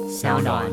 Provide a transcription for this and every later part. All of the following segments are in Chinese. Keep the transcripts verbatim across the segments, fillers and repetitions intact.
小暖。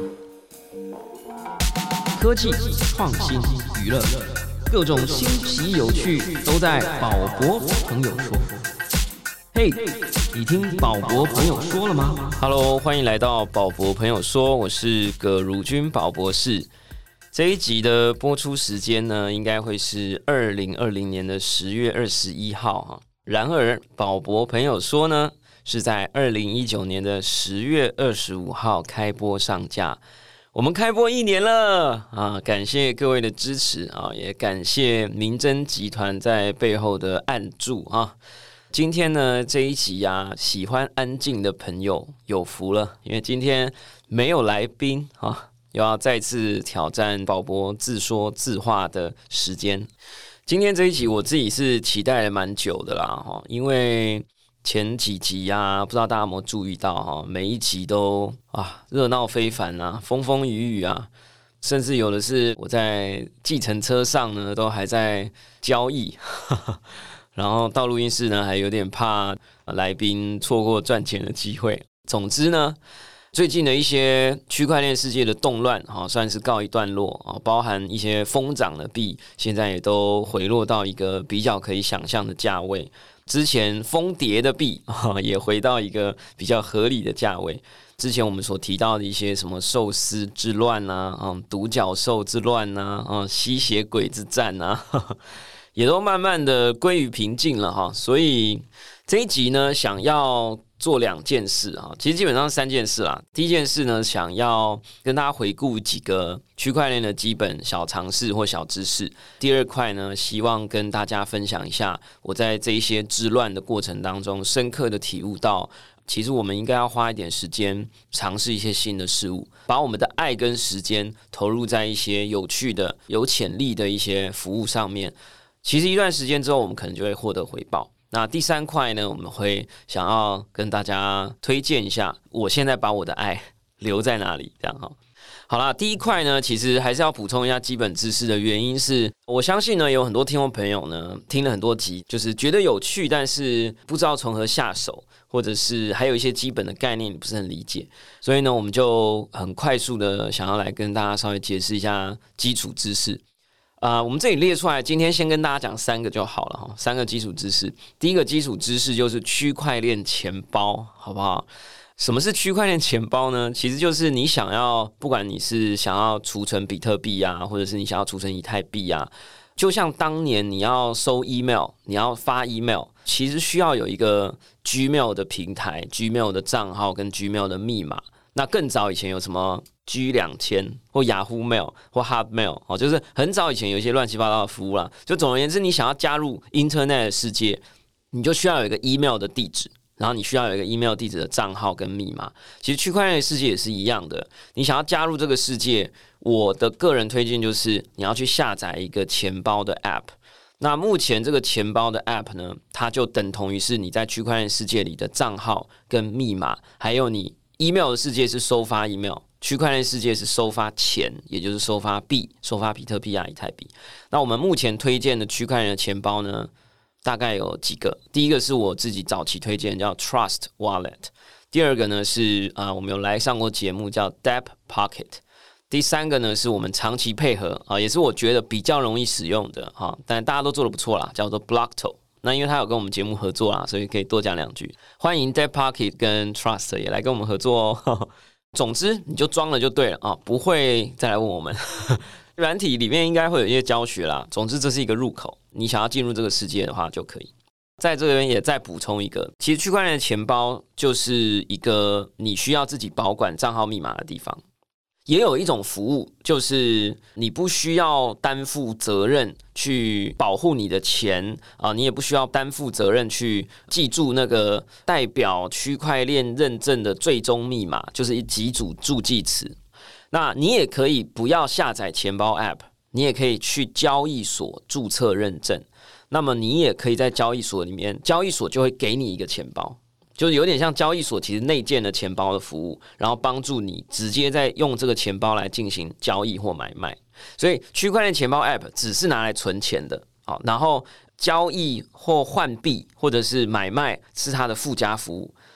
科技、创新、娱乐，各种新奇有趣都在宝博朋友说。嘿，你听宝博朋友说了吗 ？Hello， 欢迎来到宝博朋友说，我是葛如君宝博士。这一集的播出时间呢，应该会是二零二零年的十月二十一号哈。然而，宝博朋友说呢，是在二零一九年的十月二十五号开播上架。我们开播一年了啊！感谢各位的支持啊，也感谢明侦集团在背后的暗助啊。今天呢这一集啊，喜欢安静的朋友有福了，因为今天没有来宾啊，又要再次挑战宝博自说自话的时间。今天这一集我自己是期待了蛮久的啦，因为前几集啊，不知道大家有没有注意到哈，每一集都啊热闹非凡啊，风风雨雨啊，甚至有的是我在计程车上呢，都还在交易，呵呵，然后到录音室呢，还有点怕来宾错过赚钱的机会。总之呢，最近的一些区块链世界的动乱哈，算是告一段落啊，包含一些疯涨的币，现在也都回落到一个比较可以想象的价位。之前疯跌的币、哦、也回到一个比较合理的价位。之前我们所提到的一些什么寿司之乱啊、嗯、独角兽之乱啊、嗯、吸血鬼之战啊，呵呵，也都慢慢的归于平静了哈。所以这一集呢，想要做两件事啊，其实基本上三件事啦。第一件事呢，想要跟大家回顾几个区块链的基本小常识或小知识。第二块呢，希望跟大家分享一下我在这一些治乱的过程当中，深刻的体悟到，其实我们应该要花一点时间尝试一些新的事物，把我们的爱跟时间投入在一些有趣的、有潜力的一些服务上面。其实一段时间之后，我们可能就会获得回报。那第三块呢，我们会想要跟大家推荐一下，我现在把我的爱留在哪里，这样哈。好啦，第一块呢，其实还是要补充一下基本知识的原因是，我相信呢，有很多听众朋友呢，听了很多集，就是觉得有趣，但是不知道从何下手，或者是还有一些基本的概念你不是很理解，所以呢，我们就很快速的想要来跟大家稍微解释一下基础知识。啊、呃，我们这里列出来，今天先跟大家讲三个就好了哈，三个基础知识。第一个基础知识就是区块链钱包，好不好？什么是区块链钱包呢？其实就是你想要，不管你是想要储存比特币啊，或者是你想要储存以太币啊，就像当年你要收 email， 你要发 email， 其实需要有一个 Gmail 的平台、Gmail 的账号跟 Gmail 的密码。那更早以前有什么 G 两千 或 Yahoo Mail 或 Hotmail、哦、就是很早以前有一些乱七八糟的服务啦。就总而言之，你想要加入 Internet 的世界，你就需要有一个 email 的地址，然后你需要有一个 email 地址的账号跟密码。其实区块链的世界也是一样的，你想要加入这个世界，我的个人推荐就是你要去下载一个钱包的 App。那目前这个钱包的 App 呢，它就等同于是你在区块链世界里的账号跟密码，还有你email 的世界是收发 email， 区块链世界是收发钱，也就是收发币，收发比特币啊、以太币。那我们目前推荐的区块链的钱包呢，大概有几个。第一个是我自己早期推荐，叫 Trust Wallet。第二个呢是啊、呃，我们有来上过节目叫 Dep Pocket。第三个呢是我们长期配合啊、呃，也是我觉得比较容易使用的哈，但大家都做得不错啦，叫做 Blockto。那因为他有跟我们节目合作啦，所以可以多讲两句。欢迎 Dep Pocket 跟 Trust 也来跟我们合作哦。呵呵，总之你就装了就对了啊，不会再来问我们。软体里面应该会有一些教学啦。总之这是一个入口，你想要进入这个世界的话就可以。在这边也再补充一个，其实区块链的钱包就是一个你需要自己保管账号密码的地方。也有一种服务，就是你不需要担负责任去保护你的钱啊、呃，你也不需要担负责任去记住那个代表区块链认证的最终密码，就是几组助记词。那你也可以不要下载钱包 App， 你也可以去交易所注册认证。那么你也可以在交易所里面，交易所就会给你一个钱包。就是有点像交易所其实内建的钱包的服务，然后帮助你直接在用这个钱包来进行交易或买卖。所以区块链钱包 App 只是拿来存钱的，好，然后交易或换币或者是买卖是它的附加服务。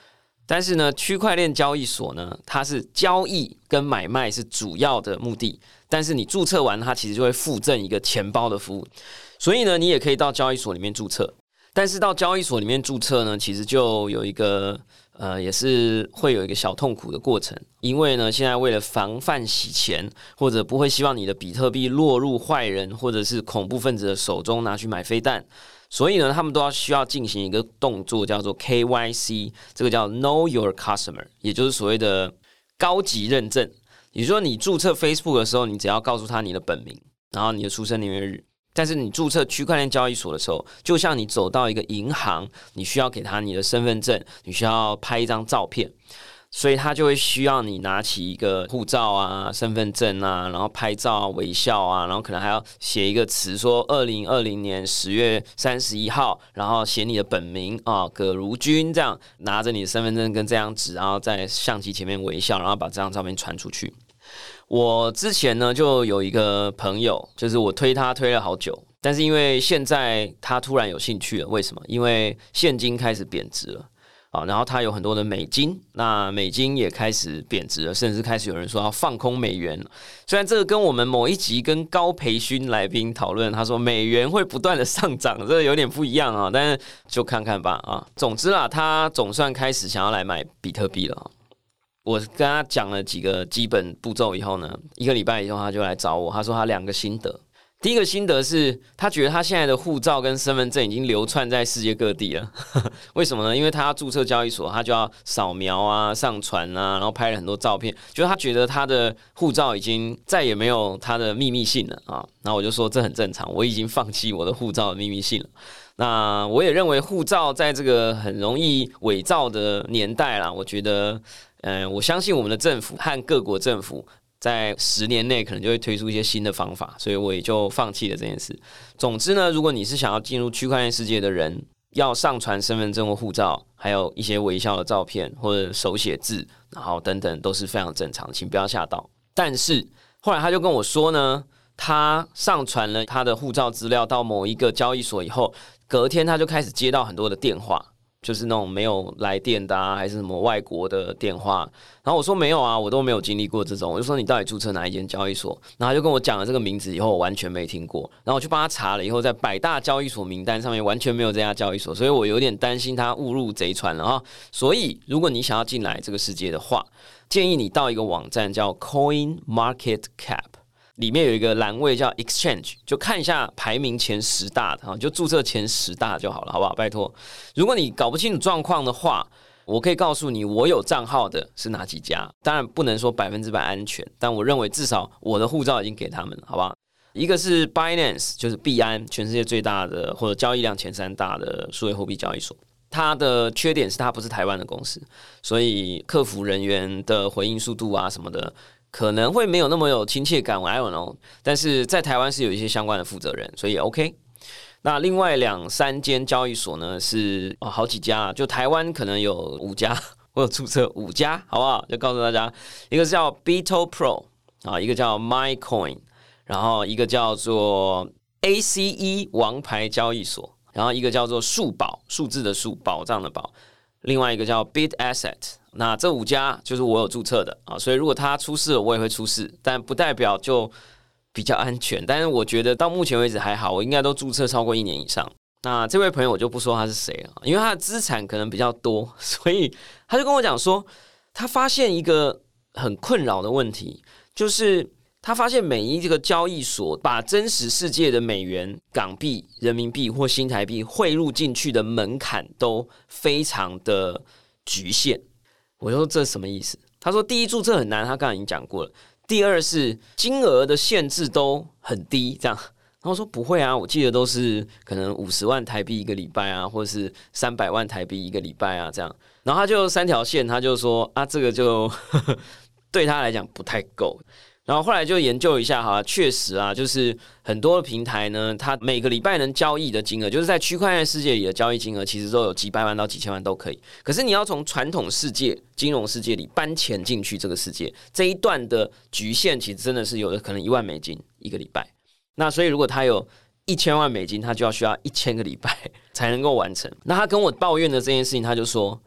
但是呢，区块链交易所呢，它是交易跟买卖是主要的目的，但是你注册完，它其实就会附赠一个钱包的服务，所以呢，你也可以到交易所里面注册。但是到交易所里面注册呢，其实就有一个呃，也是会有一个小痛苦的过程，因为呢，现在为了防范洗钱，或者不会希望你的比特币落入坏人或者是恐怖分子的手中拿去买飞弹，所以呢，他们都要需要进行一个动作，叫做 K Y C， 这个叫 Know Your Customer， 也就是所谓的高级认证。也就是说，你注册 Facebook 的时候，你只要告诉他你的本名，然后你的出生年月日。但是你注册区块链交易所的时候，就像你走到一个银行，你需要给他你的身份证，你需要拍一张照片，所以他就会需要你拿起一个护照啊、身份证啊，然后拍照啊、微笑啊，然后可能还要写一个词说二零二零年十月三十一号，然后写你的本名啊，葛如君，这样拿着你的身份证跟这张纸，然后在相机前面微笑，然后把这张照片传出去。我之前呢就有一个朋友，就是我推他推了好久，但是因为现在他突然有兴趣了，为什么？因为现金开始贬值了啊，然后他有很多的美金，那美金也开始贬值了，甚至开始有人说要放空美元。虽然这个跟我们某一集跟高培勋来宾讨论，他说美元会不断的上涨，这个有点不一样啊，但是就看看吧啊。总之啦，他总算开始想要来买比特币了。我跟他讲了几个基本步骤以后呢，一个礼拜以后他就来找我，他说他两个心得。第一个心得是他觉得他现在的护照跟身份证已经流窜在世界各地了为什么呢？因为他要注册交易所，他就要扫描啊、上传啊，然后拍了很多照片，就是他觉得他的护照已经再也没有他的秘密性了啊。然后我就说这很正常，我已经放弃我的护照的秘密性了。那我也认为护照在这个很容易伪造的年代啦，我觉得嗯、呃，我相信我们的政府和各国政府在十年内可能就会推出一些新的方法，所以我也就放弃了这件事。总之呢，如果你是想要进入区块链世界的人，要上传身份证或护照，还有一些微笑的照片或者手写字，然后等等都是非常正常的，请不要吓到。但是后来他就跟我说呢，他上传了他的护照资料到某一个交易所以后，隔天他就开始接到很多的电话，就是那种没有来电的啊，还是什么外国的电话。然后我说没有啊，我都没有经历过这种。我就说你到底注册哪一间交易所？然后他就跟我讲了这个名字以后，我完全没听过。然后我去帮他查了以后，在百大交易所名单上面完全没有这家交易所，所以我有点担心他误入贼船了啊。所以如果你想要进来这个世界的话，建议你到一个网站叫 Coin Market Cap。里面有一个栏位叫 Exchange， 就看一下排名前十大的，就注册前十大就好了，好不好？拜托，如果你搞不清楚状况的话，我可以告诉你我有账号的是哪几家。当然不能说百分之百安全，但我认为至少我的护照已经给他们了，好不好？一个是 Binance， 就是币安，全世界最大的或者交易量前三大的数位货币交易所。它的缺点是它不是台湾的公司，所以客服人员的回应速度啊什么的可能会没有那么有亲切感 I don't know， 但是在台湾是有一些相关的负责人，所以 OK。 那另外两三间交易所呢是、哦、好几家，就台湾可能有五家，我有注册五家，好不好？就告诉大家，一个叫 BitoPro 啊，一个叫 MyCoin， 然后一个叫做 A C E 王牌交易所，然后一个叫做数宝，数字的数，宝藏的宝，另外一个叫 BitAsset。那这五家就是我有注册的啊，所以如果它出事了，我也会出事，但不代表就比较安全。但是我觉得到目前为止还好，我应该都注册超过一年以上。那这位朋友我就不说他是谁了，因为他的资产可能比较多，所以他就跟我讲说，他发现一个很困扰的问题，就是他发现每一个交易所把真实世界的美元、港币、人民币或新台币汇入进去的门槛都非常的局限。我说这什么意思？他说第一，注册很难，他刚才已经讲过了。第二是金额的限制都很低，这样。然后我说不会啊，我记得都是可能五十万台币一个礼拜啊，或者是三百万台币一个礼拜啊，这样。然后他就三条线，他就说啊，这个就呵呵对他来讲不太够。然后后来就研究一下哈，确实啊，就是很多的平台呢，它每个礼拜能交易的金额，就是在区块链世界里的交易金额，其实都有几百万到几千万都可以。可是你要从传统世界、金融世界里搬钱进去这个世界，这一段的局限，其实真的是有的可能一万美金一个礼拜。那所以如果他有一千万美金，他就要需要一千个礼拜才能够完成。那他跟我抱怨的这件事情，他就说，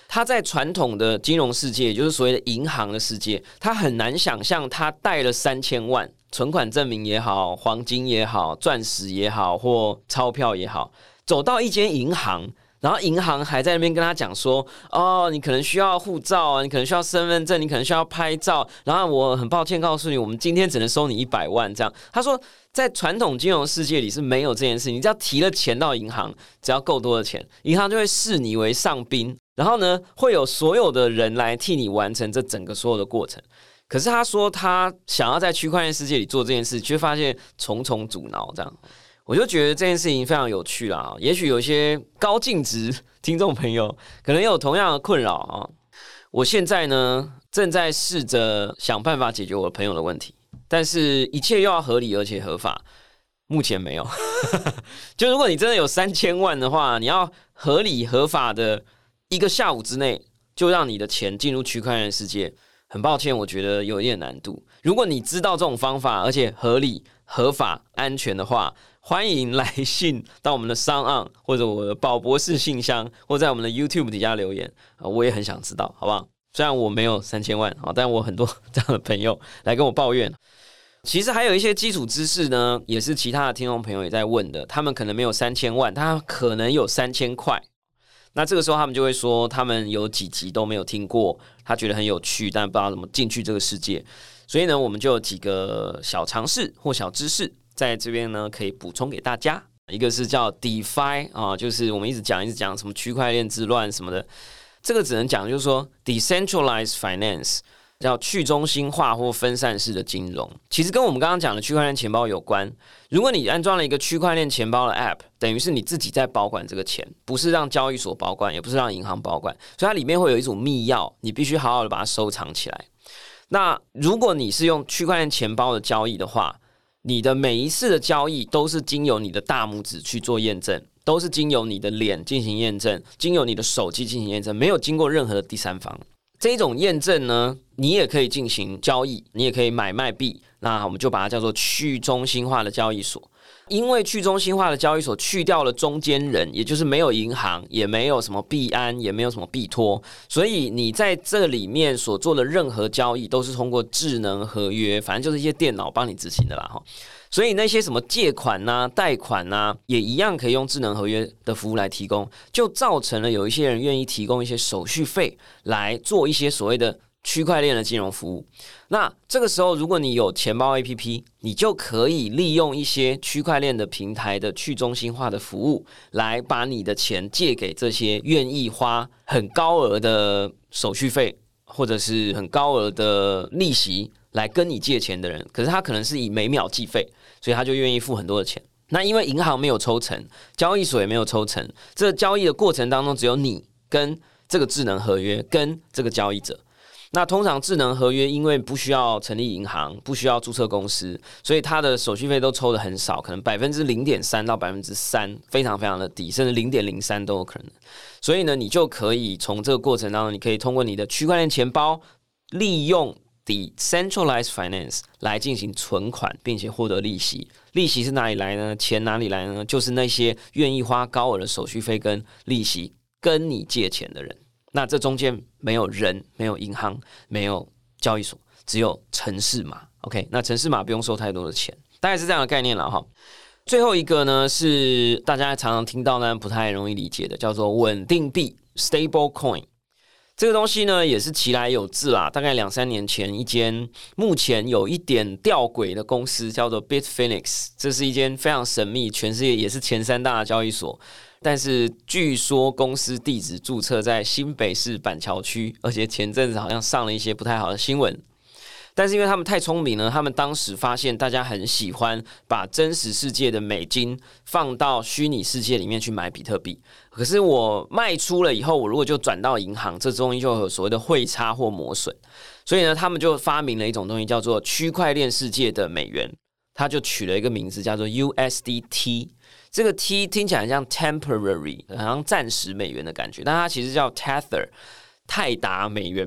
他在传统的金融世界，也就是所谓的银行的世界，他很难想象他贷了三千万存款证明也好，黄金也好，钻石也好，或钞票也好，走到一间银行，然后银行还在那边跟他讲说，哦，你可能需要护照啊，你可能需要身份证，你可能需要拍照，然后我很抱歉告诉你，我们今天只能收你一百万这样。他说在传统金融世界里是没有这件事，你只要提了钱到银行，只要够多的钱，银行就会视你为上宾，然后呢会有所有的人来替你完成这整个所有的过程。可是他说他想要在区块链世界里做这件事，却发现重重阻挠这样。我就觉得这件事情非常有趣啦，也许有些高净值听众朋友可能有同样的困扰啊。我现在呢正在试着想办法解决我的朋友的问题，但是一切又要合理而且合法，目前没有。就如果你真的有三千万的话，你要合理合法的一个下午之内就让你的钱进入区块链世界，很抱歉，我觉得有一点难度。如果你知道这种方法，而且合理、合法、安全的话，欢迎来信到我们的SoundOn或者我的宝博士信箱，或在我们的 YouTube 底下留言，我也很想知道，好不好？虽然我没有三千万，但我很多这样的朋友来跟我抱怨。其实还有一些基础知识呢，也是其他的听众朋友也在问的。他们可能没有三千万，他可能有三千块。那这个时候他们就会说，他们有几集都没有听过，他觉得很有趣，但不知道怎么进去这个世界。所以呢，我们就有几个小常识或小知识，在这边呢可以补充给大家。一个是叫 DeFi 啊，就是我们一直讲一直讲什么区块链之乱什么的，这个只能讲就是说 Decentralized Finance。叫去中心化或分散式的金融，其实跟我们刚刚讲的区块链钱包有关。如果你安装了一个区块链钱包的 App， 等于是你自己在保管这个钱，不是让交易所保管，也不是让银行保管，所以它里面会有一种密钥，你必须好好的把它收藏起来。那如果你是用区块链钱包的交易的话，你的每一次的交易都是经由你的大拇指去做验证，都是经由你的脸进行验证，经由你的手机进行验证，没有经过任何的第三方。这种验证呢，你也可以进行交易，你也可以买卖币，那我们就把它叫做去中心化的交易所。因为去中心化的交易所去掉了中间人，也就是没有银行，也没有什么币安，也没有什么币托，所以你在这里面所做的任何交易都是通过智能合约，反正就是一些电脑帮你执行的啦。所以那些什么借款啊、贷款啊，也一样可以用智能合约的服务来提供，就造成了有一些人愿意提供一些手续费来做一些所谓的区块链的金融服务。那这个时候，如果你有钱包 A P P， 你就可以利用一些区块链的平台的去中心化的服务，来把你的钱借给这些愿意花很高额的手续费或者是很高额的利息来跟你借钱的人。可是他可能是以每秒计费，所以他就愿意付很多的钱。那因为银行没有抽成，交易所也没有抽成，这个交易的过程当中只有你跟这个智能合约跟这个交易者。那通常智能合约因为不需要成立银行，不需要注册公司，所以它的手续费都抽得很少，可能百分之零点三到百分之三，非常非常的低，甚至零点零三都有可能。所以呢，你就可以从这个过程当中，你可以通过你的区块链钱包，利用 Decentralized Finance 来进行存款，并且获得利息。利息是哪里来呢？钱哪里来呢？就是那些愿意花高额的手续费跟利息跟你借钱的人。那这中间没有人，没有银行，没有交易所，只有程式码。OK， 那程式码不用收太多的钱，大概是这样的概念了哈。最后一个呢，是大家常常听到但不太容易理解的，叫做稳定币 （stable coin）。这个东西呢，也是其来有自啦。大概两三年前，一间目前有一点吊诡的公司叫做 Bitfinex， 这是一间非常神秘，全世界也是前三大的交易所。但是据说公司地址注册在新北市板桥区，而且前阵子好像上了一些不太好的新闻。但是因为他们太聪明了，他们当时发现大家很喜欢把真实世界的美金放到虚拟世界里面去买比特币。可是我卖出了以后，我如果就转到银行，这中间就有所谓的汇差或磨损。所以呢，他们就发明了一种东西叫做区块链世界的美元，他就取了一个名字叫做 U S D T。这个 T 听起来很像 temporary， 好像暂时美元的感觉，但它其实叫 Tether， 泰达美元币。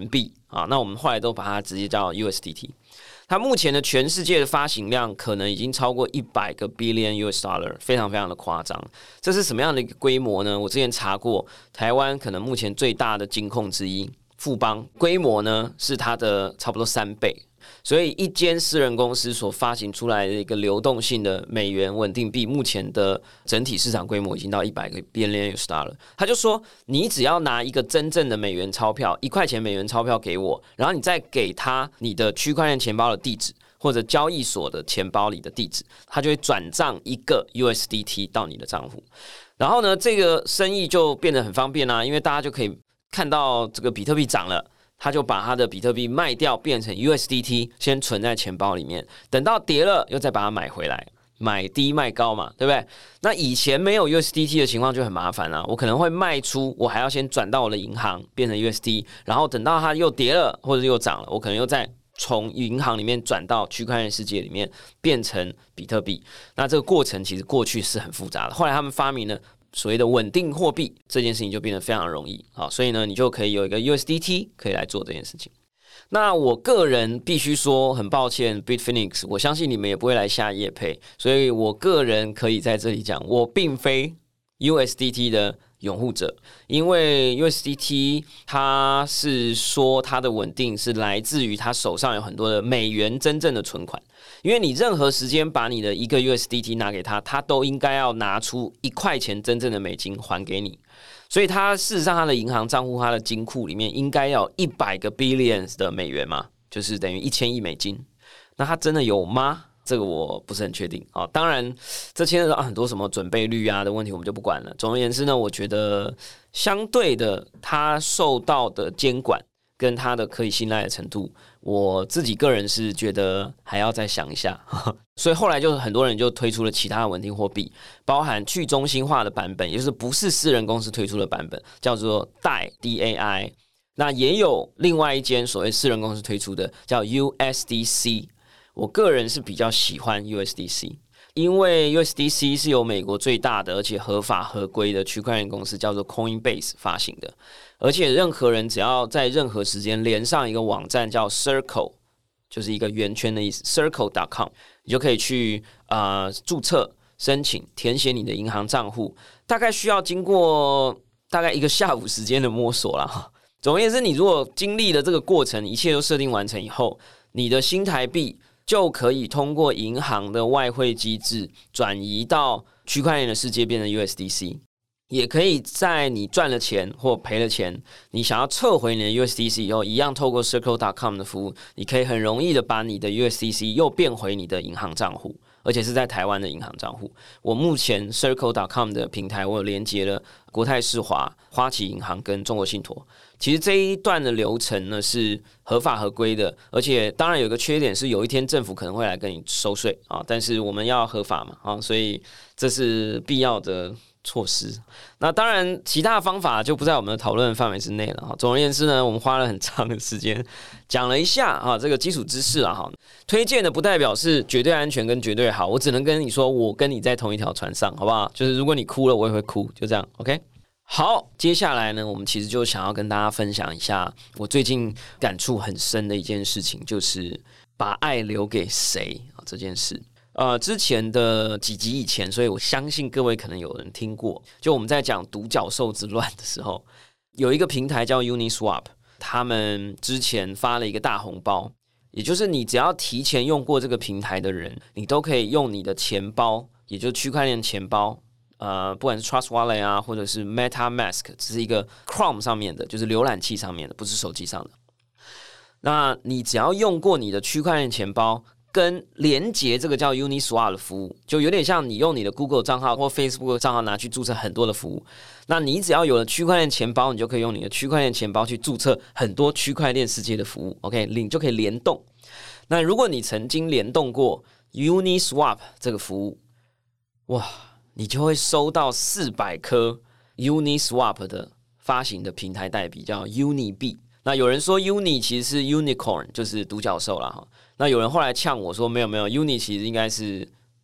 啊，那我们后来都把它直接叫 U S D T。它目前的全世界的发行量可能已经超过一百个 billion U S dollar， 非常非常的夸张。这是什么样的一个规模呢？我之前查过，台湾可能目前最大的金控之一富邦，规模呢是它的差不多三倍。所以一间私人公司所发行出来的一个流动性的美元稳定币，目前的整体市场规模已经到一百个 billion U S dollar。他就说，你只要拿一个真正的美元钞票，一块钱美元钞票给我，然后你再给他你的区块链钱包的地址或者交易所的钱包里的地址，他就会转账一个 U S D T 到你的账户。然后呢，这个生意就变得很方便啦、啊，因为大家就可以看到这个比特币涨了。他就把他的比特币卖掉，变成 U S D T， 先存在钱包里面，等到跌了又再把它买回来，买低卖高嘛，对不对？那以前没有 U S D T 的情况就很麻烦啦、啊，我可能会卖出，我还要先转到我的银行变成 U S D， 然后等到它又跌了或者又涨了，我可能又再从银行里面转到区块链世界里面变成比特币。那这个过程其实过去是很复杂的，后来他们发明了所谓的稳定货币，这件事情就变得非常容易。好，所以呢，你就可以有一个 U S D T 可以来做这件事情。那我个人必须说，很抱歉 ，Bitfinex， 我相信你们也不会来下业配，所以我个人可以在这里讲，我并非 U S D T 的拥护者，因为 U S D T 它是说它的稳定是来自于它手上有很多的美元真正的存款。因为你任何时间把你的一个 U S D T 拿给他，他都应该要拿出一块钱真正的美金还给你，所以他事实上他的银行账户、他的金库里面应该要一百个 billions 的美元嘛，就是等于一千亿美金。那他真的有吗？这个我不是很确定啊。当然，这牵扯到很多什么准备率啊的问题，我们就不管了。总而言之呢，我觉得相对的，他受到的监管跟他的可以信赖的程度，我自己个人是觉得还要再想一下，所以后来就很多人就推出了其他的稳定货币，包含去中心化的版本，也就是不是私人公司推出的版本，叫做 D A I D A I。那也有另外一间所谓私人公司推出的叫 U S D C。我个人是比较喜欢 U S D C， 因为 U S D C 是由美国最大的而且合法合规的区块链公司叫做 Coinbase 发行的。而且任何人只要在任何时间连上一个网站叫 Circle， 就是一个圆圈的意思 circle dot com， 你就可以去呃注册申请填写你的银行账户，大概需要经过大概一个下午时间的摸索啦。总而言之，你如果经历了这个过程，一切都设定完成以后，你的新台币就可以通过银行的外汇机制转移到区块链的世界，变成 U S D C。也可以在你赚了钱或赔了钱，你想要撤回你的 U S D C 以后，一样透过 circle dot com 的服务，你可以很容易的把你的 U S D C 又变回你的银行账户，而且是在台湾的银行账户。我目前 circle dot com 的平台，我有连接了国泰世华、花旗银行跟中国信托。其实这一段的流程呢是合法合规的，而且当然有一个缺点是，有一天政府可能会来跟你收税啊，但是我们要合法嘛啊，所以这是必要的措施。那当然其他的方法就不在我们的讨论范围之内了。总而言之呢，我们花了很长的时间讲了一下啊这个基础知识啦哈。推荐的不代表是绝对安全跟绝对好，我只能跟你说我跟你在同一条船上，好不好？就是如果你哭了我也会哭，就这样 OK。好，接下来呢，我们其实就想要跟大家分享一下我最近感触很深的一件事情，就是把爱留给谁这件事。呃，之前的几集以前，所以我相信各位可能有人听过。就我们在讲独角兽之乱的时候，有一个平台叫 Uniswap， 他们之前发了一个大红包，也就是你只要提前用过这个平台的人，你都可以用你的钱包，也就是区块链钱包，呃，不管是 Trust Wallet 啊，或者是 MetaMask， 这是一个 Chrome 上面的，就是浏览器上面的，不是手机上的。那你只要用过你的区块链钱包，跟连结这个叫 Uniswap 的服务，就有点像你用你的 Google 账号或 Facebook 账号拿去注册很多的服务。那你只要有了区块链钱包，你就可以用你的区块链钱包去注册很多区块链世界的服务 ，OK， 你就可以联动。那如果你曾经联动过 Uniswap 这个服务，哇，你就会收到四百颗 Uniswap 的发行的平台代币，叫 Uni 币。那有人说 Uni 其实是 Unicorn， 就是独角兽啦。那有人后来呛我说没有没有 Uni 其实应该是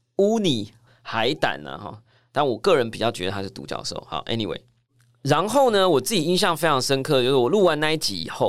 Uni 海胆啊哈，但我个人比较觉得它是独角兽。好 ，Anyway， 然后呢，我自己印象非常深刻，就是我录完那一集以后，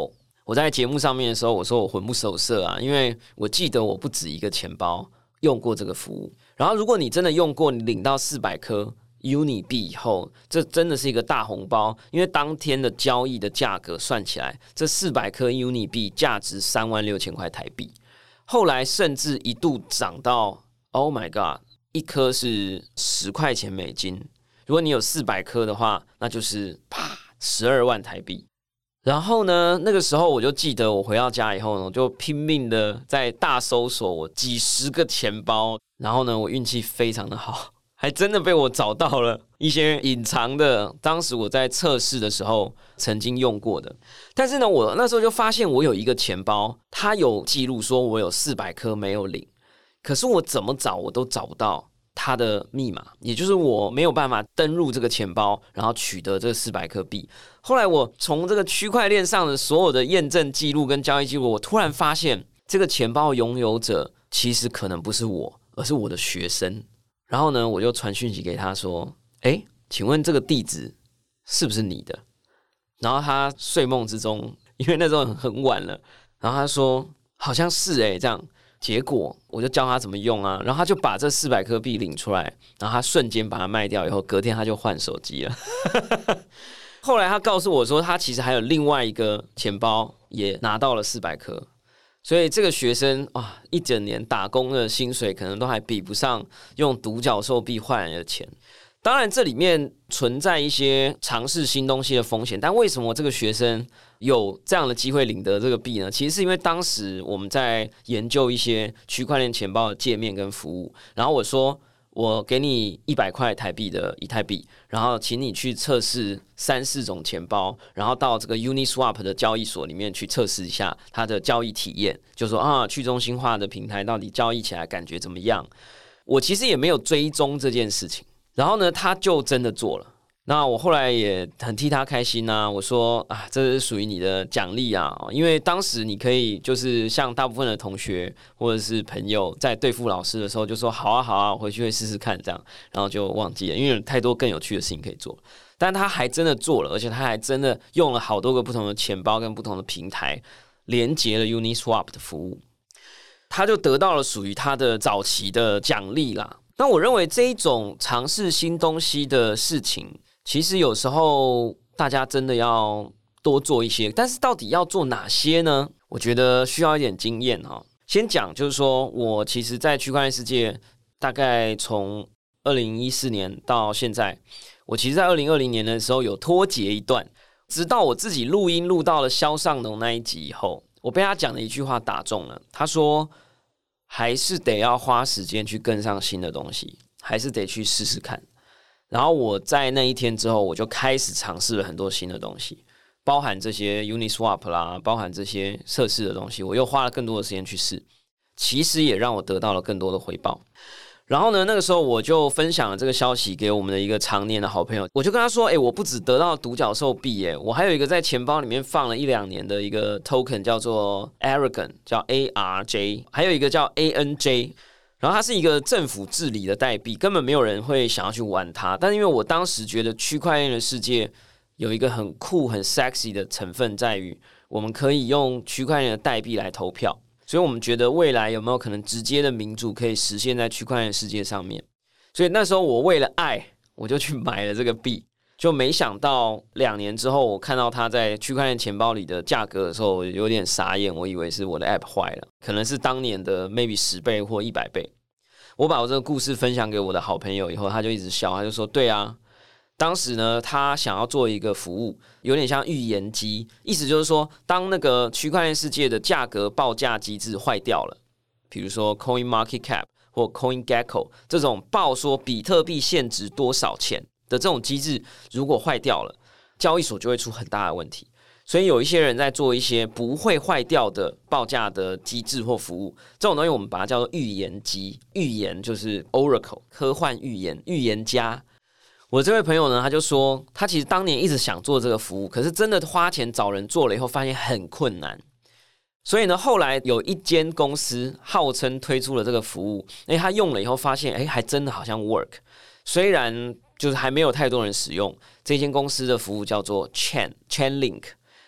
我在节目上面的时候，我说我魂不守舍啊，因为我记得我不止一个钱包用过这个服务。然后如果你真的用过，你领到四百颗 Uni 币以后，这真的是一个大红包，因为当天的交易的价格算起来，这四百颗 Uni 币价值三万六千块台币。后来甚至一度涨到 Oh my God， 一颗是十块钱美金。如果你有四百颗的话，那就是啪十二万台币。然后呢，那个时候我就记得，我回到家以后呢，我就拼命的在大搜索我几十个钱包。然后呢，我运气非常的好，还真的被我找到了一些隐藏的，当时我在测试的时候曾经用过的。但是呢，我那时候就发现我有一个钱包，它有记录说我有四百颗没有领，可是我怎么找我都找不到它的密码，也就是我没有办法登入这个钱包，然后取得这四百颗币。后来我从这个区块链上的所有的验证记录跟交易记录，我突然发现这个钱包拥有者其实可能不是我，而是我的学生。然后呢，我就传讯息给他说：“哎，请问这个地址是不是你的？”然后他睡梦之中，因为那时候很晚了，然后他说：“好像是哎。”这样。结果我就教他怎么用啊，然后他就把这四百颗币领出来，然后他瞬间把它卖掉以后，隔天他就换手机了。后来他告诉我说，他其实还有另外一个钱包也拿到了四百颗，所以这个学生啊，一整年打工的薪水可能都还比不上用独角兽币换来的钱。当然，这里面存在一些尝试新东西的风险，但为什么这个学生有这样的机会领得这个币呢？其实是因为当时我们在研究一些区块链钱包的界面跟服务，然后我说我给你一百块台币的以太币，然后请你去测试三四种钱包，然后到这个 Uniswap 的交易所里面去测试一下它的交易体验，就说啊，去中心化的平台到底交易起来感觉怎么样？我其实也没有追踪这件事情。然后呢，他就真的做了。那我后来也很替他开心啊，我说啊，这是属于你的奖励啊，因为当时你可以就是像大部分的同学或者是朋友在对付老师的时候，就说好啊好啊，我回去会试试看这样，然后就忘记了，因为有太多更有趣的事情可以做。但他还真的做了，而且他还真的用了好多个不同的钱包跟不同的平台连接了 Uniswap 的服务，他就得到了属于他的早期的奖励啦。那我认为这一种尝试新东西的事情，其实有时候大家真的要多做一些，但是到底要做哪些呢？我觉得需要一点经验哈。先讲就是说，我其实在区块链世界大概从二零一四年到现在，我其实在二零二零年的时候有脱节一段，直到我自己录音录到了肖尚农那一集以后，我被他讲的一句话打中了。他说还是得要花时间去跟上新的东西，还是得去试试看。然后我在那一天之后，我就开始尝试了很多新的东西，包含这些 Uniswap 啦，包含这些测试的东西，我又花了更多的时间去试，其实也让我得到了更多的回报。然后呢，那个时候我就分享了这个消息给我们的一个常年的好朋友，我就跟他说：“哎、欸，我不只得到独角兽币，哎，我还有一个在钱包里面放了一两年的一个 token， 叫做 Aragon， 叫 A R J， 还有一个叫 A N J。然后它是一个政府治理的代币，根本没有人会想要去玩它。但是因为我当时觉得区块链的世界有一个很酷、很 sexy 的成分，在于我们可以用区块链的代币来投票。”所以我们觉得未来有没有可能直接的民主可以实现在区块链世界上面？所以那时候我为了爱，我就去买了这个币，就没想到两年之后，我看到它在区块链钱包里的价格的时候，我有点傻眼，我以为是我的 app 坏了，可能是当年的 maybe 十倍或一百倍。我把我这个故事分享给我的好朋友以后，他就一直笑，他就说：“对啊。”当时呢，他想要做一个服务，有点像预言机，意思就是说，当那个区块链世界的价格报价机制坏掉了，比如说 Coin Market Cap 或 Coin Gecko 这种报说比特币现值多少钱的这种机制，如果坏掉了，交易所就会出很大的问题。所以有一些人在做一些不会坏掉的报价的机制或服务，这种东西我们把它叫做预言机。预言就是 Oracle 科幻预言，预言家。我这位朋友呢，他就说，他其实当年一直想做这个服务，可是真的花钱找人做了以后，发现很困难。所以呢，后来有一间公司号称推出了这个服务，哎，他用了以后发现，哎，还真的好像 work。虽然就是还没有太多人使用，这间公司的服务叫做 Chain Chainlink。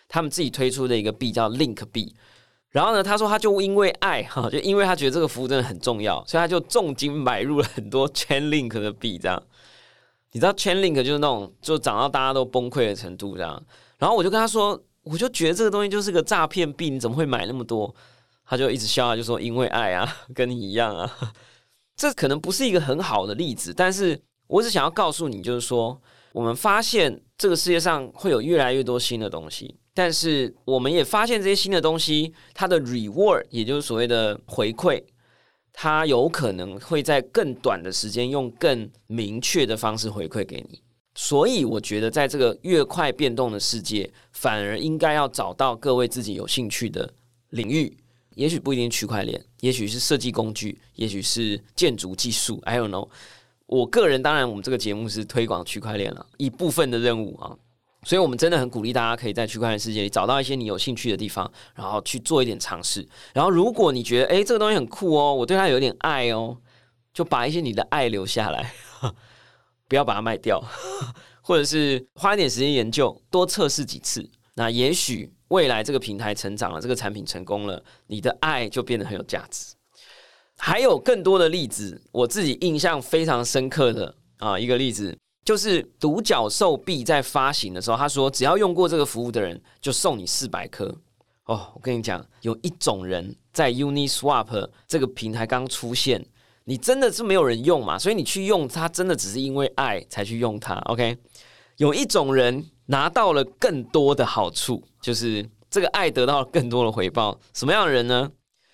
他们自己推出的一个币叫 Link 币。然后呢，他说他就因为爱哈，就因为他觉得这个服务真的很重要，所以他就重金买入了很多 Chainlink 的币。这样，你知道 Chainlink 就是那种就涨到大家都崩溃的程度这样。然后我就跟他说，我就觉得这个东西就是个诈骗币，你怎么会买那么多？他就一直笑，就说因为爱啊，跟你一样啊。这可能不是一个很好的例子，但是我只想要告诉你，就是说，我们发现这个世界上会有越来越多新的东西。但是我们也发现这些新的东西，它的 reward 也就是所谓的回馈，它有可能会在更短的时间用更明确的方式回馈给你。所以我觉得在这个越快变动的世界，反而应该要找到各位自己有兴趣的领域，也许不一定区块链，也许是设计工具，也许是建筑技术 I don't know。 我个人当然我们这个节目是推广区块链了一部分的任务啊，所以我们真的很鼓励大家可以在区块链世界里找到一些你有兴趣的地方，然后去做一点尝试。然后如果你觉得诶这个东西很酷哦，我对它有点爱哦，就把一些你的爱留下来，不要把它卖掉，或者是花一点时间研究，多测试几次。那也许未来这个平台成长了，这个产品成功了，你的爱就变得很有价值。还有更多的例子，我自己印象非常深刻的啊一个例子，就是独角兽币在发行的时候，他说只要用过这个服务的人，就送你四百颗。哦，我跟你讲，有一种人在 Uniswap 这个平台刚出现，你真的是没有人用嘛，所以你去用它，真的只是因为爱才去用它。OK， 有一种人拿到了更多的好处，就是这个爱得到了更多的回报。什么样的人呢？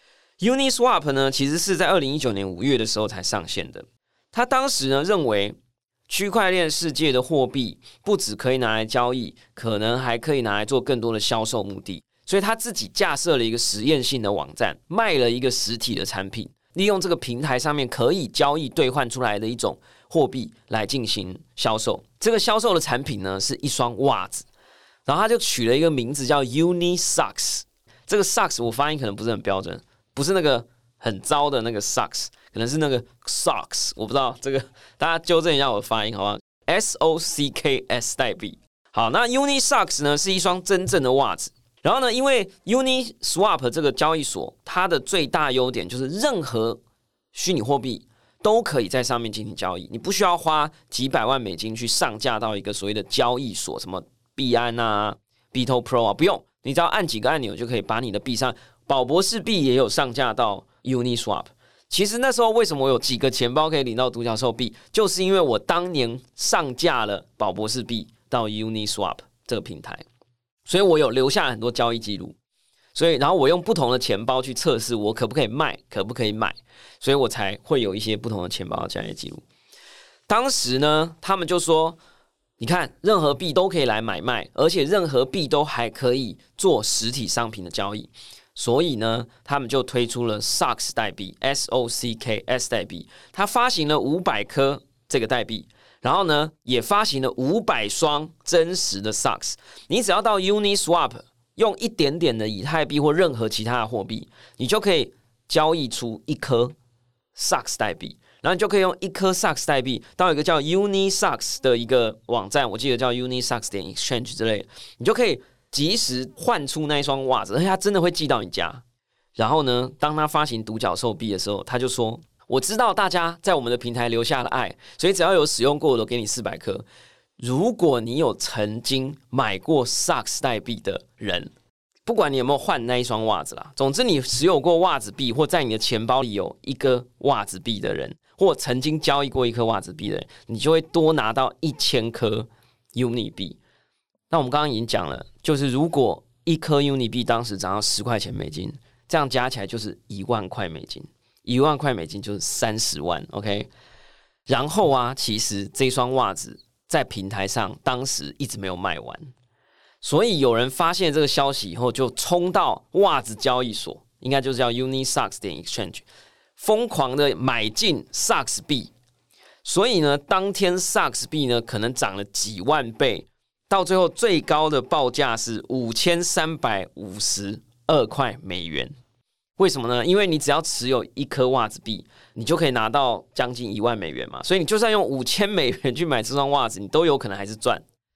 Uniswap 呢，其实是在二零一九年五月的时候才上线的。他当时呢认为，区块链世界的货币不只可以拿来交易，可能还可以拿来做更多的销售目的。所以他自己架设了一个实验性的网站，卖了一个实体的产品，利用这个平台上面可以交易兑换出来的一种货币来进行销售。这个销售的产品呢是一双袜子，然后他就取了一个名字叫 Unisocks。这个 socks 我发音可能不是很标准，不是那个很糟的那个 socks， 可能是那个 socks， 我不知道，这个大家纠正一下我的发音好不好？ S O C K S 代币。好，那 Unisocks 呢是一双真正的袜子。然后呢，因为 Uniswap 这个交易所，它的最大优点就是任何虚拟货币都可以在上面进行交易，你不需要花几百万美金去上架到一个所谓的交易所，什么币安啊、BitoPro 啊，不用，你只要按几个按钮就可以把你的币上。宝博士币也有上架到 Uniswap。其实那时候为什么我有几个钱包可以领到独角兽币，就是因为我当年上架了宝博士币到 Uniswap 这个平台。所以我有留下很多交易记录，所以然后我用不同的钱包去测试我可不可以卖，可不可以买，所以我才会有一些不同的钱包的交易记录。当时呢，他们就说，你看，任何币都可以来买卖，而且任何币都还可以做实体商品的交易。所以呢，他们就推出了 Socks 代币 S O C K S 代币，它发行了五百颗这个代币。然后呢，也发行了五百双真实的 Socks。你只要到 Uniswap 用一点点的以太币或任何其他的货币，你就可以交易出一颗 Socks 代币，然后你就可以用一颗 Socks 代币到一个叫 Unisocks 的一个网站，我记得叫 Unisocks 点 exchange 之类的，你就可以及时换出那一双袜子，而且它真的会寄到你家。然后呢，当他发行独角兽币的时候，他就说，我知道大家在我们的平台留下了爱，所以只要有使用过的，我给你四百颗。如果你有曾经买过 Socks 代币的人，不管你有没有换那一双袜子啦，总之你持有过袜子币，或在你的钱包里有一个袜子币的人，或曾经交易过一颗袜子币的人，你就会多拿到一千颗 Uni 币。那我们刚刚已经讲了，就是如果一颗 Uni 币当时涨到十块钱美金，这样加起来就是一万块美金。一万块美金就是三十万 ，OK。然后啊，其实这双袜子在平台上当时一直没有卖完，所以有人发现这个消息以后，就冲到袜子交易所，应该就是叫 Unisocks 点 exchange， 疯狂的买进 Socks 币。所以呢，当天 Socks 币呢可能涨了几万倍，到最后最高的报价是五千三百五十二块美元。为什么呢？因为你只要持有一颗袜子币，你就可以拿到将近一万美元嘛。所以你就算用五千美元去买这双袜子，你都有可能还是赚。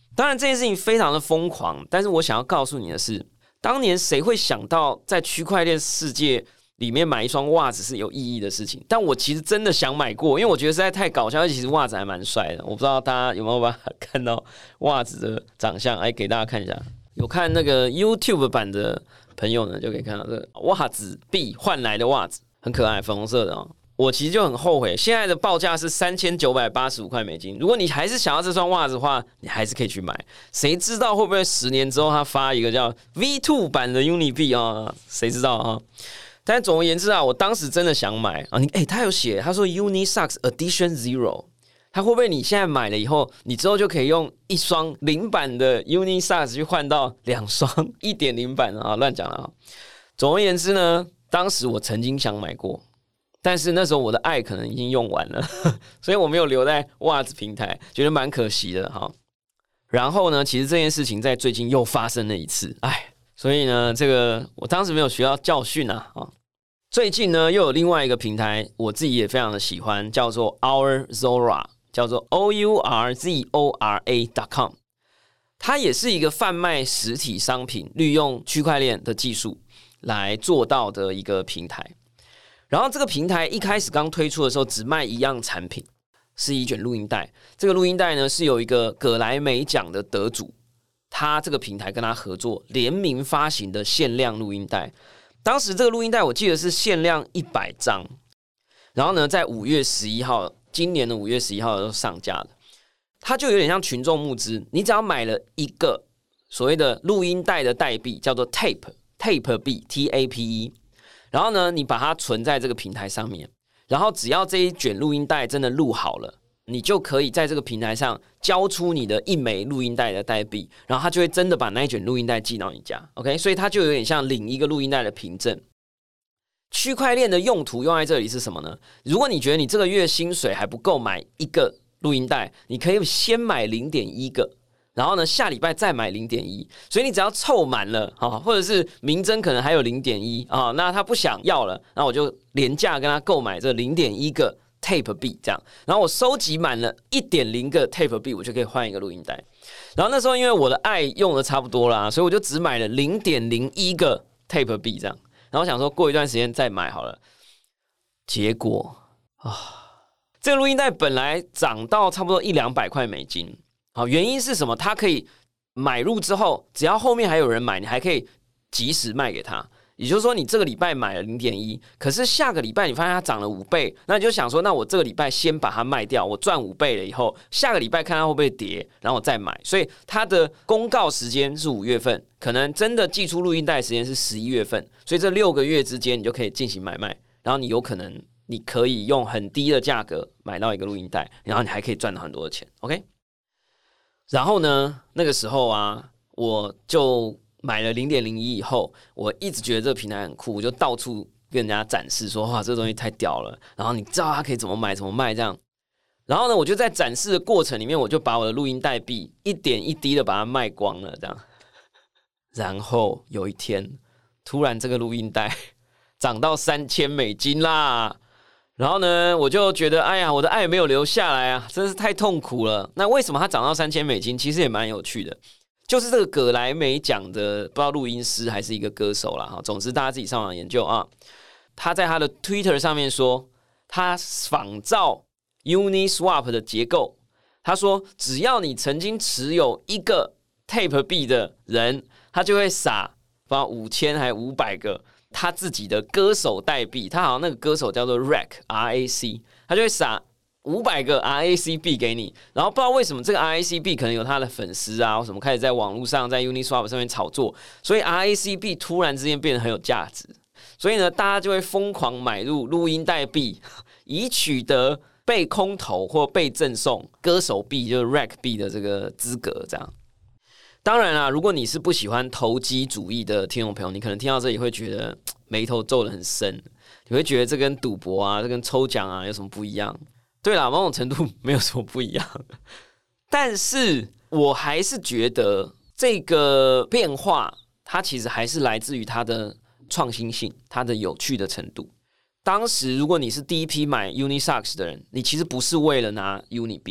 当然这件事情非常的疯狂，但是我想要告诉你的是，当年谁会想到在区块链世界里面买一双袜子是有意义的事情？但我其实真的想买过，因为我觉得实在太搞笑，而且其实袜子还蛮帅的。我不知道大家有没有办法看到袜子的长相，来给大家看一下。有看那个 YouTube 版的朋友呢，就可以看到这个袜子币换来的袜子，很可爱，粉红色的哦。我其实就很后悔，现在的报价是三千九百八十五块美金。如果你还是想要这双袜子的话，你还是可以去买。谁知道会不会十年之后他发一个叫 V 二 版的 Uni 币啊？谁知道啊？但总而言之啊，我当时真的想买啊。你哎、欸，他有写，他说 Uni Socks Edition Zero， 他会不会你现在买了以后，你之后就可以用一双零版的 Uni Socks 去换到两双一点零版啊？乱讲了啊。总而言之呢，当时我曾经想买过。但是那时候我的爱可能已经用完了，所以我没有留在袜子平台，觉得蛮可惜的哈。然后呢，其实这件事情在最近又发生了一次，哎，所以呢，这个我当时没有学到教训啊。最近呢，又有另外一个平台，我自己也非常的喜欢，叫做 Our Zora， 叫做 O U R Z O R A dot com， 它也是一个贩卖实体商品，利用区块链的技术来做到的一个平台。然后这个平台一开始刚推出的时候，只卖一样产品，是一卷录音带。这个录音带呢，是有一个葛莱美奖的得主，他这个平台跟他合作联名发行的限量录音带。当时这个录音带我记得是限量一百张，然后呢，在五月十一号，今年的五月十一号就上架了。它就有点像群众募资，你只要买了一个所谓的录音带的代币，叫做 tape tape 币 T A P E。然后呢，你把它存在这个平台上面，然后只要这一卷录音带真的录好了，你就可以在这个平台上交出你的一枚录音带的代币，然后它就会真的把那一卷录音带寄到你家 ，OK？ 所以它就有点像领一个录音带的凭证。区块链的用途用在这里是什么呢？如果你觉得你这个月薪水还不够买一个录音带，你可以先买 零点一 个。然后呢，下礼拜再买 零点一， 所以你只要凑满了啊，或者是明真可能还有 零点一 啊，那他不想要了，那我就廉价跟他购买这 零点一 个 tape 币这样，然后我收集满了 一点零 个 tape 币，我就可以换一个录音带。然后那时候因为我的爱用的差不多啦，所以我就只买了 零点零一 个 tape 币这样，然后想说过一段时间再买好了。结果啊，这个录音带本来涨到差不多一两百块美金。好，原因是什么？它可以买入之后，只要后面还有人买，你还可以及时卖给他。也就是说，你这个礼拜买了 零点一， 可是下个礼拜你发现它涨了五倍，那你就想说，那我这个礼拜先把它卖掉，我赚五倍了以后，下个礼拜看它会不会跌，然后我再买。所以它的公告时间是五月份，可能真的寄出录音带的时间是十一月份，所以这六个月之间你就可以进行买卖，然后你有可能你可以用很低的价格买到一个录音带，然后你还可以赚到很多的钱 ，OK？然后呢，那个时候啊，我就买了 零点零一 以后，我一直觉得这个平台很酷，我就到处跟人家展示说，哇，这个东西太屌了。然后你知道它可以怎么买、怎么卖这样。然后呢，我就在展示的过程里面，我就把我的录音带币一点一滴的把它卖光了，这样。然后有一天，突然这个录音带涨到三千美金啦。然后呢，我就觉得，哎呀，我的爱没有留下来啊，真是太痛苦了。那为什么它涨到三千美金？其实也蛮有趣的，就是这个葛莱美奖的，不知道录音师还是一个歌手啦哈。总之，大家自己上网研究啊。他在他的 Twitter 上面说，他仿照 Uniswap 的结构，他说，只要你曾经持有一个 Tape 币的人，他就会撒不知道五千还五百个。他自己的歌手代币，他好像那个歌手叫做 R A C R A C， 他就会撒五百个 R A C 币给你，然后不知道为什么这个 R A C 币可能有他的粉丝啊，或什么开始在网络上在 Uniswap 上面炒作，所以 R A C 币突然之间变得很有价值，所以呢，大家就会疯狂买入录音带币，以取得被空投或被赠送歌手币，就是 R A C 币的这个资格，这样。当然啦，如果你是不喜欢投机主义的听众朋友，你可能听到这里会觉得眉头皱得很深，你会觉得这跟赌博啊，这跟抽奖啊有什么不一样？对啦，某种程度没有什么不一样，但是我还是觉得这个变化，它其实还是来自于它的创新性，它的有趣的程度。当时如果你是第一批买 Unisocks 的人，你其实不是为了拿 Uni 币，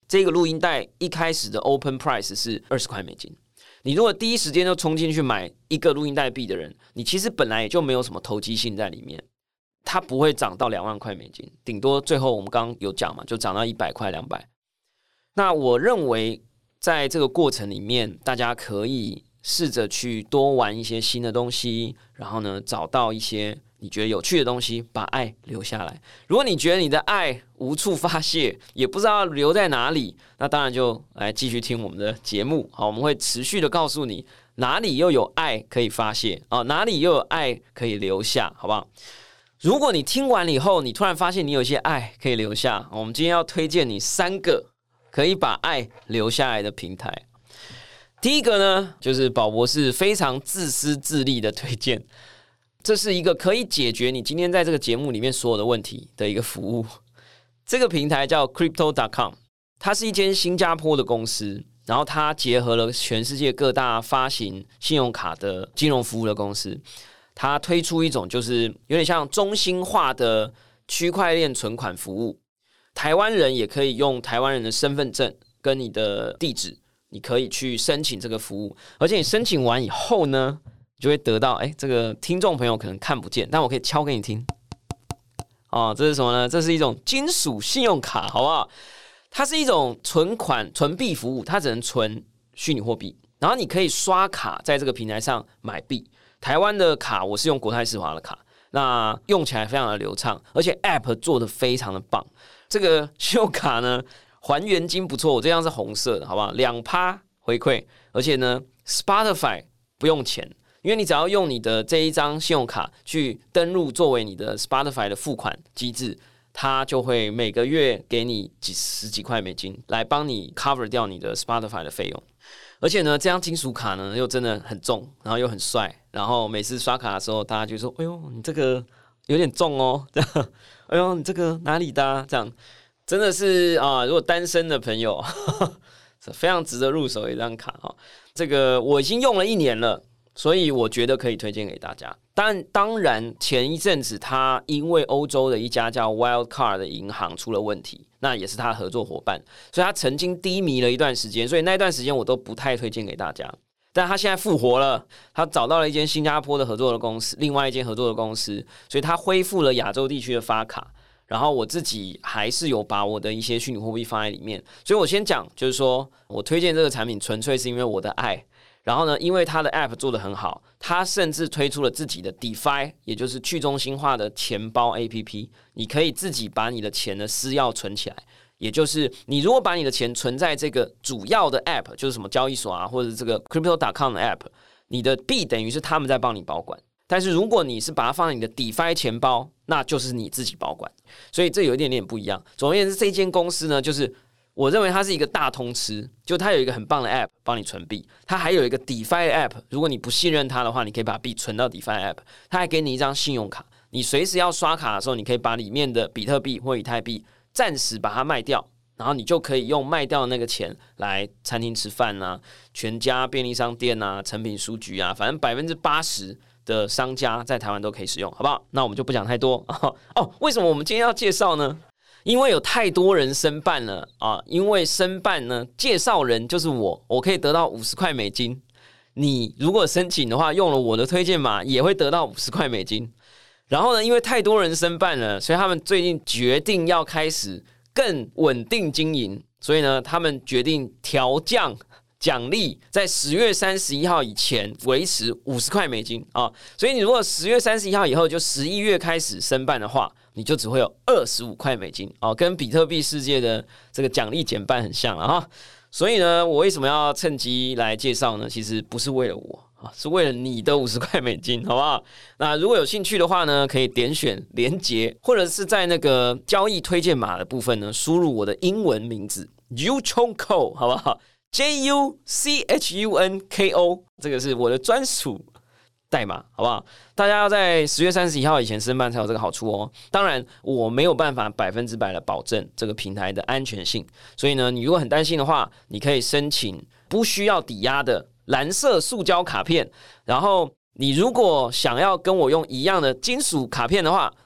这个录音带一开始的 open price 是二十块美金。你如果第一时间就冲进去买一个录音带币的人，你其实本来也就没有什么投机性在里面，它不会涨到两万块美金，顶多最后我们刚刚有讲嘛，就涨到一百块、两百。那我认为在这个过程里面，大家可以试着去多玩一些新的东西，然后呢，找到一些你觉得有趣的东西，把爱留下来。如果你觉得你的爱无处发泄，也不知道留在哪里，那当然就来继续听我们的节目。好，我们会持续的告诉你哪里又有爱可以发泄啊，哪里又有爱可以留下，好不好？如果你听完了以后，你突然发现你有一些爱可以留下，我们今天要推荐你三个可以把爱留下来的平台。第一个呢，就是宝博士非常自私自利的推荐，这是一个可以解决你今天在这个节目里面所有的问题的一个服务。这个平台叫 crypto 点 com， 它是一间新加坡的公司，然后它结合了全世界各大发行信用卡的金融服务的公司，它推出一种就是有点像中心化的区块链存款服务。台湾人也可以用台湾人的身份证跟你的地址，你可以去申请这个服务，而且你申请完以后呢，就会得到，哎，这个听众朋友可能看不见，但我可以敲给你听。哦，这是什么呢？这是一种金属信用卡，好不好？它是一种存款存币服务，它只能存虚拟货币，然后你可以刷卡在这个平台上买币。台湾的卡我是用国泰世华的卡，那用起来非常的流畅，而且 App 做的非常的棒。这个信用卡呢，还原金不错，我这张是红色的，好不好？ 百分之二 回馈，而且呢 Spotify 不用钱，因为你只要用你的这一张信用卡去登录作为你的 Spotify 的付款机制，它就会每个月给你几十几块美金来帮你 cover 掉你的 Spotify 的费用。而且呢，这张金属卡呢又真的很重，然后又很帅，然后每次刷卡的时候，大家就说：“哎呦，你这个有点重哦。”这样，哎呦，你这个哪里的、啊？这样真的是啊，如果单身的朋友，呵呵非常值得入手的一张卡哈。这个我已经用了一年了，所以我觉得可以推荐给大家。但当然，前一阵子它因为欧洲的一家叫 Wildcard 的银行出了问题，那也是他的合作伙伴，所以他曾经低迷了一段时间，所以那段时间我都不太推荐给大家。但他现在复活了，他找到了一间新加坡的合作的公司，另外一间合作的公司，所以他恢复了亚洲地区的发卡。然后我自己还是有把我的一些虚拟货币放在里面，所以我先讲，就是说我推荐这个产品纯粹是因为我的爱。然后呢，因为它的 App 做得很好，它甚至推出了自己的 DeFi， 也就是去中心化的钱包 A P P， 你可以自己把你的钱的私钥存起来。也就是你如果把你的钱存在这个主要的 App， 就是什么交易所啊，或者这个 crypto 点 com 的 App， 你的币等于是他们在帮你保管。但是如果你是把它放在你的 DeFi 钱包，那就是你自己保管，所以这有一点点不一样。总而言之，这间公司呢，就是我认为它是一个大通吃，就它有一个很棒的 App 帮你存币，它还有一个 DeFi 的 App， 如果你不信任它的话，你可以把币存到 DeFi App， 它还给你一张信用卡，你随时要刷卡的时候，你可以把里面的比特币或以太币暂时把它卖掉，然后你就可以用卖掉的那个钱来餐厅吃饭啊，全家便利商店啊，诚品书局啊，反正百分之八十的商家在台湾都可以使用，好不好？那我们就不讲太多哦。为什么我们今天要介绍呢？因为有太多人申办了啊！因为申办呢，介绍人就是我，我可以得到五十块美金。你如果申请的话，用了我的推荐码，也会得到五十块美金。然后呢，因为太多人申办了，所以他们最近决定要开始更稳定经营，所以呢，他们决定调降奖励，在十月三十一号以前维持五十块美金啊。所以你如果十月三十一号以后就十一月开始申办的话，你就只会有二十五块美金哦，跟比特币世界的这个奖励减半很像了哈。所以呢，我为什么要趁机来介绍呢？其实不是为了我啊，是为了你的五十块美金，好不好？那如果有兴趣的话呢，可以点选连结，或者是在那个交易推荐码的部分呢，输入我的英文名字 Juchunko， 好不好？J U C H U N K O， 这个是我的专属代码，好不好？大家要在十月三十一号以前申办才有这个好处哦。当然，我没有办法百分之百的保证这个平台的安全性，所以呢，你如果很担心的话，你可以申请不需要抵押的蓝色塑胶卡片。然后，你如果想要跟我用一样的金属卡片的话，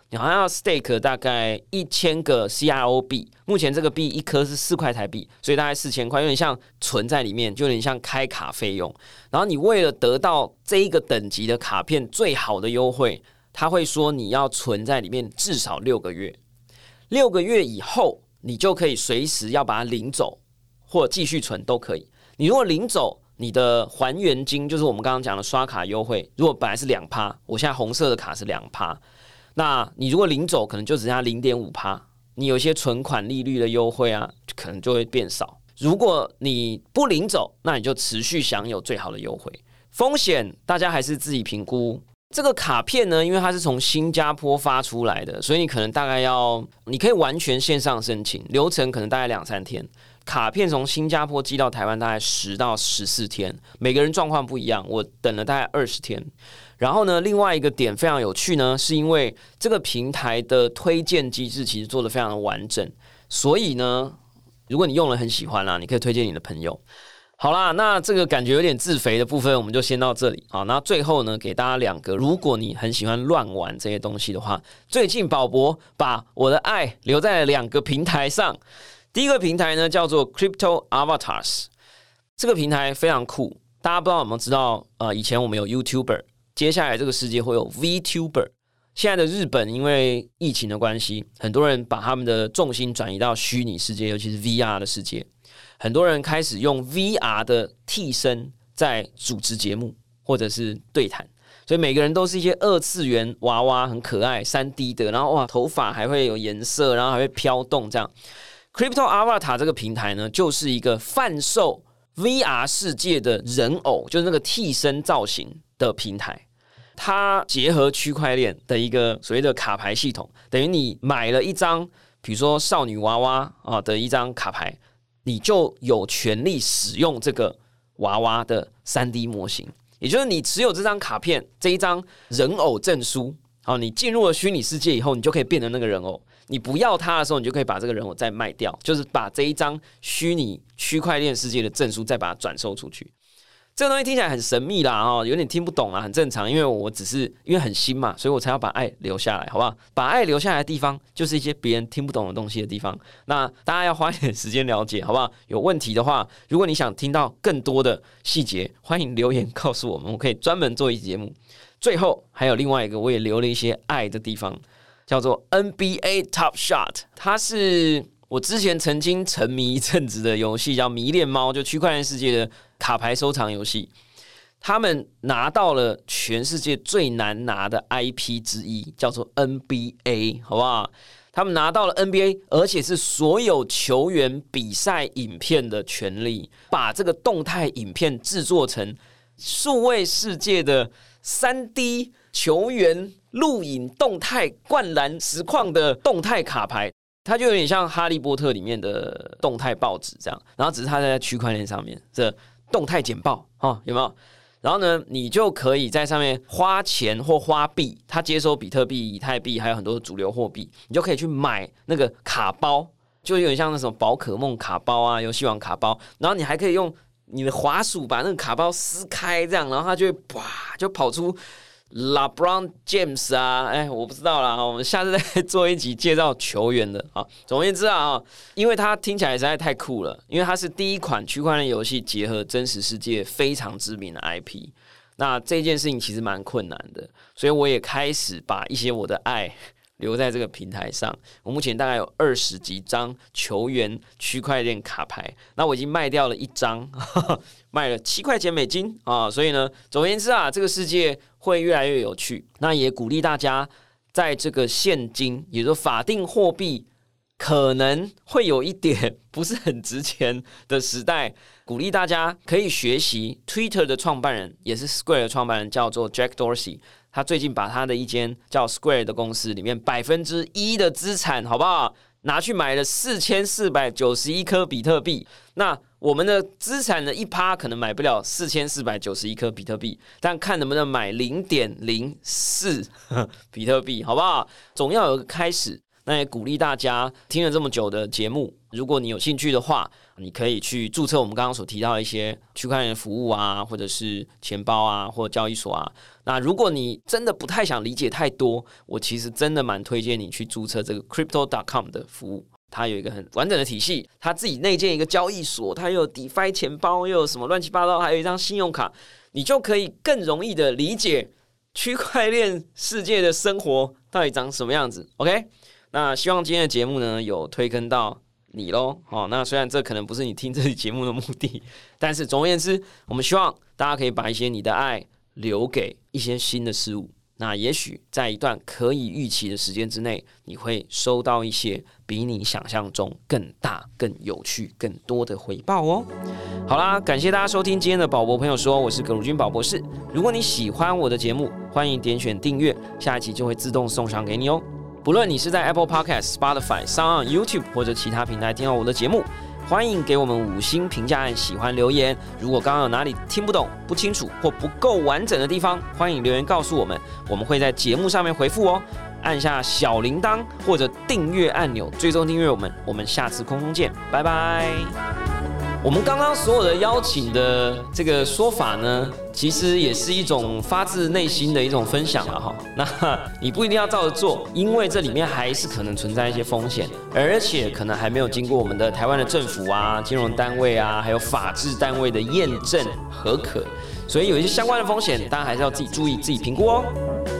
你好像要 stake 大概一千个 C R O 币，目前这个币一颗是四块台币，所以大概四千块，有点像存在里面，就有点像开卡费用。然后你为了得到这一个等级的卡片最好的优惠，他会说你要存在里面至少六个月，六个月以后你就可以随时要把它领走，或继续存都可以。你如果领走，你的还原金就是我们刚刚讲的刷卡优惠，如果本来是 百分之二， 我现在红色的卡是 百分之二，那你如果领走，可能就只剩下 零点五趴， 你有一些存款利率的优惠啊，可能就会变少。如果你不领走，那你就持续享有最好的优惠。风险大家还是自己评估。这个卡片呢，因为它是从新加坡发出来的，所以你可能大概要，你可以完全线上申请，流程可能大概两三天。卡片从新加坡寄到台湾大概十到十四天，每个人状况不一样，我等了大概二十天。然后呢，另外一个点非常有趣呢，是因为这个平台的推荐机制其实做得非常的完整，所以呢，如果你用了很喜欢啦，你可以推荐你的朋友。好啦，那这个感觉有点自肥的部分，我们就先到这里。好，那最后呢，给大家两个，如果你很喜欢乱玩这些东西的话，最近宝博把我的爱留在了两个平台上。第一个平台呢叫做 Crypto Avatars， 这个平台非常酷，大家不知道有没有知道？呃，以前我们有 YouTuber。接下来这个世界会有 VTuber， 现在的日本因为疫情的关系，很多人把他们的重心转移到虚拟世界，尤其是 V R 的世界。很多人开始用 V R 的替身在主持节目或者是对谈，所以每个人都是一些二次元娃娃，很可爱 三 D 的，然后哇，头发还会有颜色，然后还会飘动这样。Crypto Avatar 这个平台呢，就是一个贩售 V R 世界的人偶，就是那个替身造型的平台。它结合区块链的一个所谓的卡牌系统，等于你买了一张，比如说少女娃娃啊的一张卡牌，你就有权利使用这个娃娃的 三 D 模型，也就是你持有这张卡片，这一张人偶证书，好，你进入了虚拟世界以后，你就可以变成那个人偶。你不要它的时候，你就可以把这个人偶再卖掉，就是把这一张虚拟区块链世界的证书再把它转售出去。这个东西听起来很神秘啦，哦，有点听不懂啦，很正常，因为我只是因为很新嘛，所以我才要把爱留下来，好不好？把爱留下来的地方，就是一些别人听不懂的东西的地方。那大家要花一点时间了解，好不好？有问题的话，如果你想听到更多的细节，欢迎留言告诉我们，我可以专门做一集节目。最后还有另外一个，我也留了一些爱的地方，叫做 N B A Top Shot， 它是我之前曾经沉迷一阵子的游戏，叫迷恋猫，就区块链世界的卡牌收藏游戏。他们拿到了全世界最难拿的 I P 之一，叫做 N B A， 好不好？他们拿到了 N B A， 而且是所有球员比赛影片的权利，把这个动态影片制作成数位世界的 三 D 球员录影动态灌篮实况的动态卡牌。它就有点像哈利波特里面的动态报纸这样，然后只是它在区块链上面，这动态简报，哦，有没有？然后呢，你就可以在上面花钱或花币，它接收比特币、以太币，还有很多主流货币，你就可以去买那个卡包，就有点像那种宝可梦卡包啊、游戏王卡包，然后你还可以用你的滑鼠把那个卡包撕开，这样，然后它就会啪就跑出LeBron James 啊，哎，我不知道啦，我们下次再做一集介绍球员的啊。总而言之啊，因为它听起来实在太酷了，因为它是第一款区块链游戏结合真实世界非常知名的 I P。那这件事情其实蛮困难的，所以我也开始把一些我的爱留在这个平台上。我目前大概有二十几张球员区块链卡牌，那我已经卖掉了一张，呵呵卖了七块钱美金啊。所以呢，总而言之啊，这个世界会越来越有趣。那也鼓励大家在这个现金，也就是说法定货币可能会有一点不是很值钱的时代，鼓励大家可以学习 Twitter 的创办人，也是 Square 的创办人，叫做 Jack Dorsey。他最近把他的一间叫 Square 的公司里面百分之一的资产，好不好？拿去买了四千四百九十一颗比特币。那我们的资产的一趴可能买不了四千四百九十一颗比特币，但看能不能买零点零四比特币，好不好？总要有个开始。那也鼓励大家听了这么久的节目，如果你有兴趣的话，你可以去注册我们刚刚所提到的一些区块链服务啊，或者是钱包啊，或交易所啊。 那如果你真的不太想理解太多，我其实真的蛮推荐你去注册这个 crypto dot com 的服务。它有一个很完整的体系，它自己内建一个交易所，它又有 DeFi 钱包，又有什么乱七八糟，还有一张信用卡，你就可以更容易的理解区块链世界的生活到底长什么样子。 OK， 那希望今天的节目呢有推坑到你咯、哦、那虽然这可能不是你听这期节目的目的，但是总而言之，我们希望大家可以把一些你的爱留给一些新的事物，那也许在一段可以预期的时间之内，你会收到一些比你想象中更大、更有趣、更多的回报哦。好啦，感谢大家收听今天的宝博朋友说，我是葛如君宝博士。如果你喜欢我的节目，欢迎点选订阅，下一期就会自动送上给你哦。不论你是在 Apple Podcast、Spotify、SoundOn、YouTube 或者其他平台听到我的节目，欢迎给我们五星评价和喜欢留言。如果刚刚有哪里听不懂、不清楚或不够完整的地方，欢迎留言告诉我们，我们会在节目上面回复哦。按下小铃铛或者订阅按钮，追踪订阅我们。我们下次空中见，拜拜。我们刚刚所有的邀请的这个说法呢，其实也是一种发自内心的一种分享了哈。那你不一定要照着做，因为这里面还是可能存在一些风险，而且可能还没有经过我们的台湾的政府啊、金融单位啊，还有法制单位的验证核可，所以有一些相关的风险，大家还是要自己注意、自己评估哦。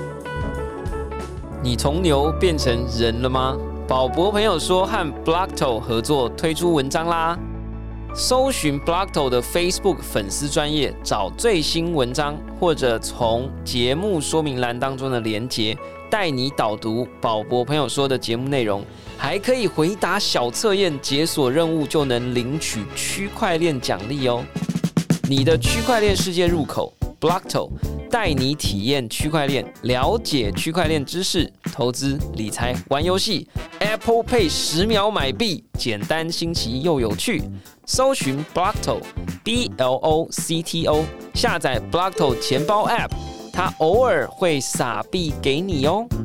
你从牛变成人了吗？宝博朋友说和 Blockto 合作推出文章啦。搜寻 Blockto 的 Facebook 粉丝专页，找最新文章，或者从节目说明栏当中的连结，带你导读宝博朋友说的节目内容，还可以回答小测验，解锁任务就能领取区块链奖励哦。你的区块链世界入口 Blockto 带你体验区块链，了解区块链知识、投资、理财、玩游戏。Apple Pay 十秒买币，简单新奇又有趣。搜寻 Blockto B L O C T O， 下载 Blockto 钱包 App， 它偶尔会撒币给你哦。